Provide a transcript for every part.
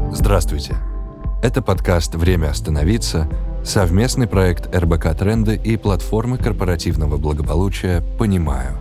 Здравствуйте! Это подкаст «Время остановиться», совместный проект РБК Тренды и платформы корпоративного благополучия «Понимаю».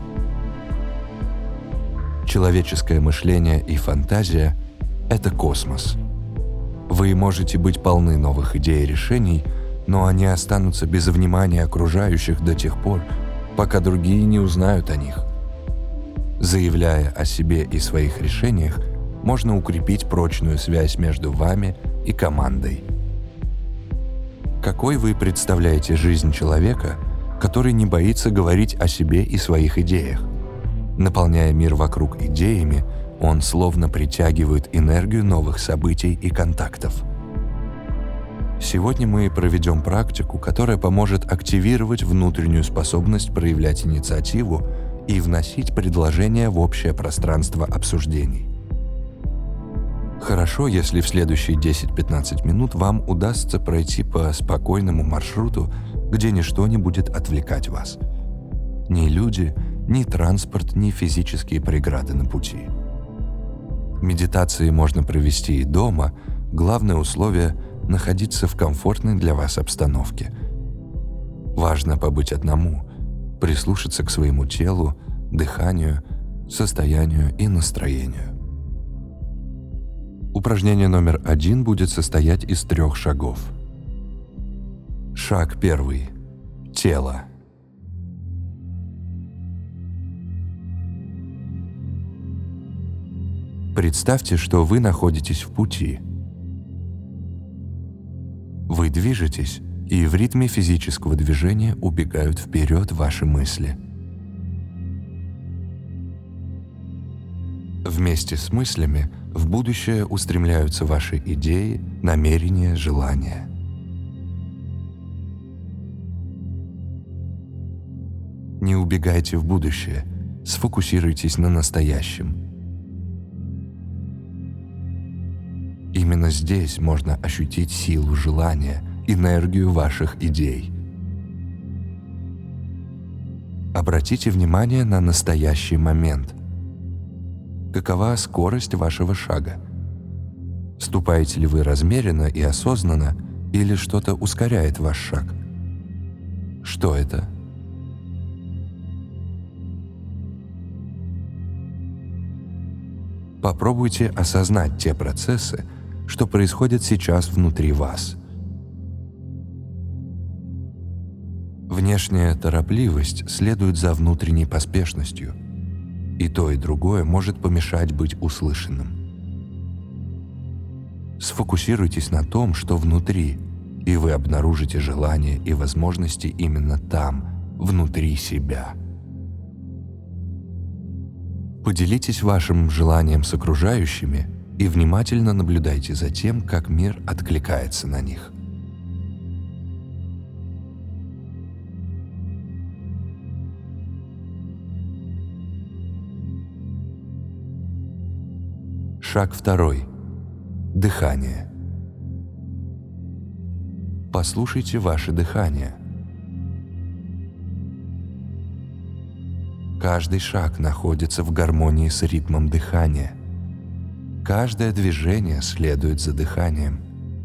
Человеческое мышление и фантазия — это космос. Вы можете быть полны новых идей и решений, но они останутся без внимания окружающих до тех пор, пока другие не узнают о них. Заявляя о себе и своих решениях, можно укрепить прочную связь между вами и командой. Какой вы представляете жизнь человека, который не боится говорить о себе и своих идеях? Наполняя мир вокруг идеями, он словно притягивает энергию новых событий и контактов. Сегодня мы проведем практику, которая поможет активировать внутреннюю способность проявлять инициативу и вносить предложения в общее пространство обсуждений. Хорошо, если в следующие 10-15 минут вам удастся пройти по спокойному маршруту, где ничто не будет отвлекать вас. Ни люди, ни транспорт, ни физические преграды на пути. Медитации можно провести и дома, главное условие — находиться в комфортной для вас обстановке. Важно побыть одному, прислушаться к своему телу, дыханию, состоянию и настроению. Упражнение номер 1 будет состоять из 3 шагов. Шаг 1. Тело. Представьте, что вы находитесь в пути. Вы движетесь, и в ритме физического движения убегают вперед ваши мысли. Вместе с мыслями в будущее устремляются ваши идеи, намерения, желания. Не убегайте в будущее, сфокусируйтесь на настоящем. Именно здесь можно ощутить силу желания, энергию ваших идей. Обратите внимание на настоящий момент. Какова скорость вашего шага? Ступаете ли вы размеренно и осознанно, или что-то ускоряет ваш шаг? Что это? Попробуйте осознать те процессы, что происходят сейчас внутри вас. Внешняя торопливость следует за внутренней поспешностью. И то, и другое может помешать быть услышанным. Сфокусируйтесь на том, что внутри, и вы обнаружите желания и возможности именно там, внутри себя. Поделитесь вашим желанием с окружающими и внимательно наблюдайте за тем, как мир откликается на них. Шаг 2. Дыхание. Послушайте ваше дыхание. Каждый шаг находится в гармонии с ритмом дыхания. Каждое движение следует за дыханием.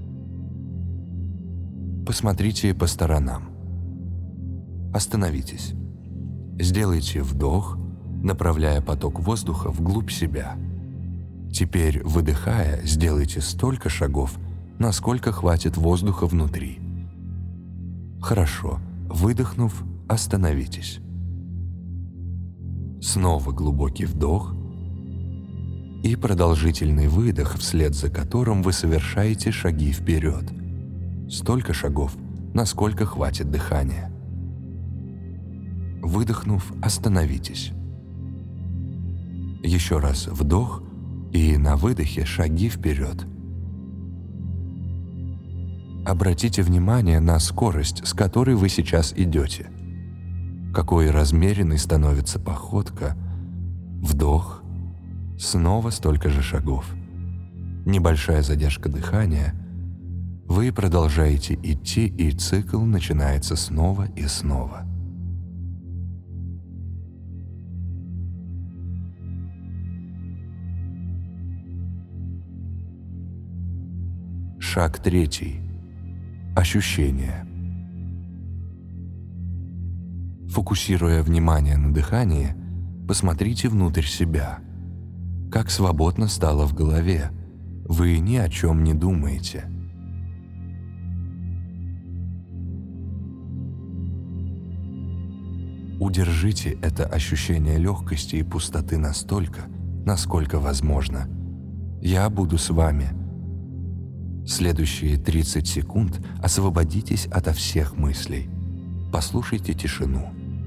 Посмотрите по сторонам. Остановитесь. Сделайте вдох, направляя поток воздуха вглубь себя. Теперь, выдыхая, сделайте столько шагов, насколько хватит воздуха внутри. Хорошо. Выдохнув, остановитесь. Снова глубокий вдох и продолжительный выдох, вслед за которым вы совершаете шаги вперед. Столько шагов, насколько хватит дыхания. Выдохнув, остановитесь. Еще раз вдох и на выдохе шаги вперед. Обратите внимание на скорость, с которой вы сейчас идете. Какой размеренной становится походка. Вдох. Снова столько же шагов. Небольшая задержка дыхания. Вы продолжаете идти, и цикл начинается снова и снова. Шаг 3. Ощущения. Фокусируя внимание на дыхании, посмотрите внутрь себя. Как свободно стало в голове. Вы ни о чем не думаете. Удержите это ощущение легкости и пустоты настолько, насколько возможно. Я буду с вами. Следующие 30 секунд освободитесь ото всех мыслей. Послушайте тишину.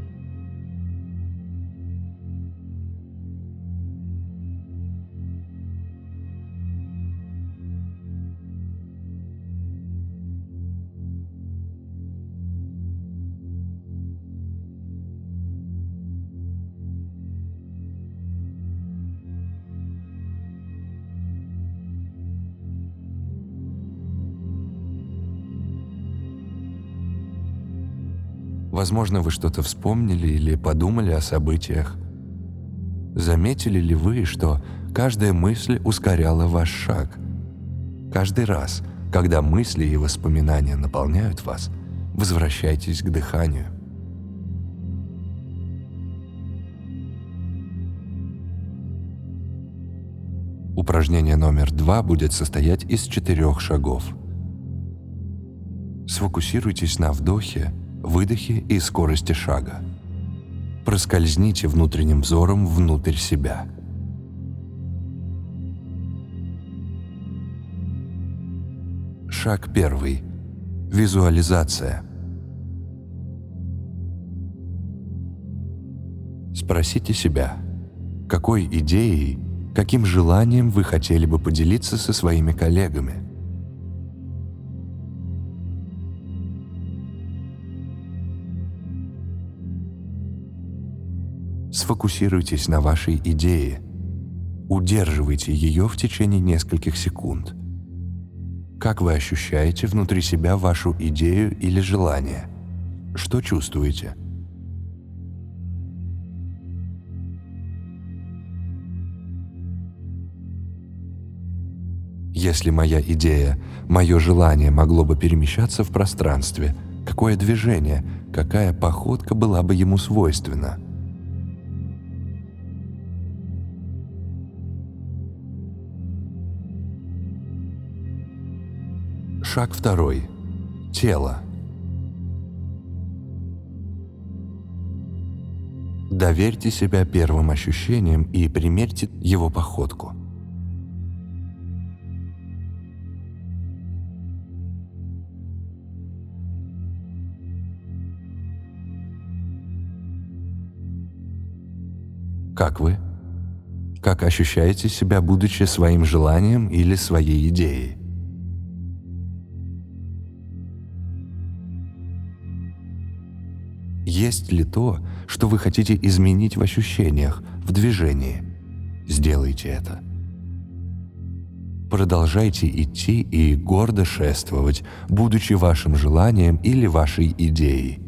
Возможно, вы что-то вспомнили или подумали о событиях. Заметили ли вы, что каждая мысль ускоряла ваш шаг? Каждый раз, когда мысли и воспоминания наполняют вас, возвращайтесь к дыханию. Упражнение номер 2 будет состоять из 4 шагов. Сфокусируйтесь на вдохе, выдохе и скорости шага. Проскользните внутренним взором внутрь себя. Шаг 1. Визуализация. Спросите себя, какой идеей, каким желанием вы хотели бы поделиться со своими коллегами? Сфокусируйтесь на вашей идее. Удерживайте ее в течение нескольких секунд. Как вы ощущаете внутри себя вашу идею или желание? Что чувствуете? Если моя идея, мое желание могло бы перемещаться в пространстве, какое движение, какая походка была бы ему свойственна? Шаг 2. Тело. Доверьте себя первым ощущениям и примерьте его походку. Как вы? Как ощущаете себя, будучи своим желанием или своей идеей? Есть ли то, что вы хотите изменить в ощущениях, в движении? Сделайте это. Продолжайте идти и гордо шествовать, будучи вашим желанием или вашей идеей.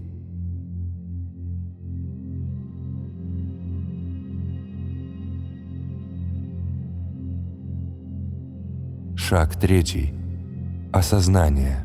Шаг 3. Осознание.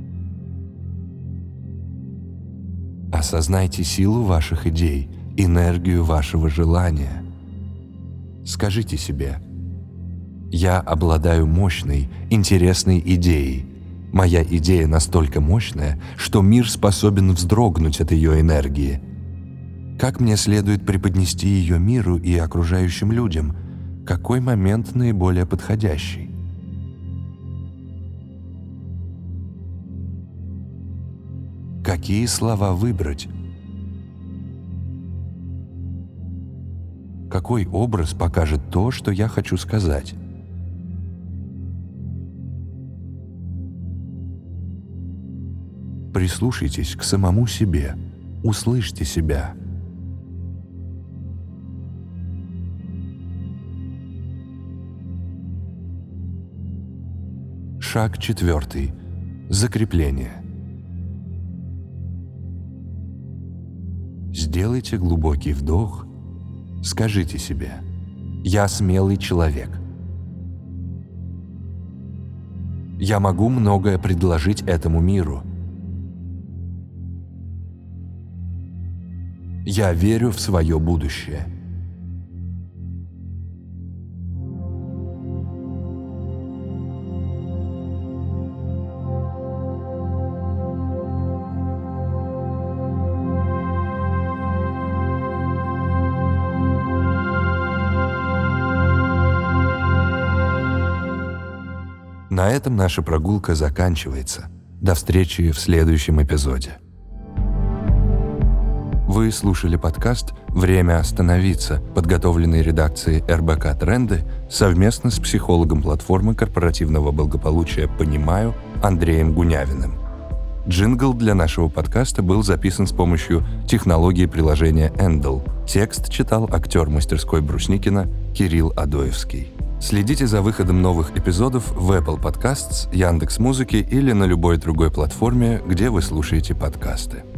Осознайте силу ваших идей, энергию вашего желания. Скажите себе: «Я обладаю мощной, интересной идеей. Моя идея настолько мощная, что мир способен вздрогнуть от ее энергии. Как мне следует преподнести ее миру и окружающим людям? Какой момент наиболее подходящий?» Какие слова выбрать? Какой образ покажет то, что я хочу сказать? Прислушайтесь к самому себе, услышьте себя. Шаг 4. Закрепление. Сделайте глубокий вдох, скажите себе: «Я смелый человек. Я могу многое предложить этому миру. Я верю в свое будущее. На этом наша прогулка заканчивается. До встречи в следующем эпизоде. Вы слушали подкаст «Время остановиться», подготовленный редакцией РБК «Тренды» совместно с психологом платформы корпоративного благополучия «Понимаю» Андреем Гунявиным. Джингл для нашего подкаста был записан с помощью технологии приложения Endel. Текст читал актер мастерской Брусникина Кирилл Адоевский. Следите за выходом новых эпизодов в Apple Podcasts, Яндекс.Музыке или на любой другой платформе, где вы слушаете подкасты.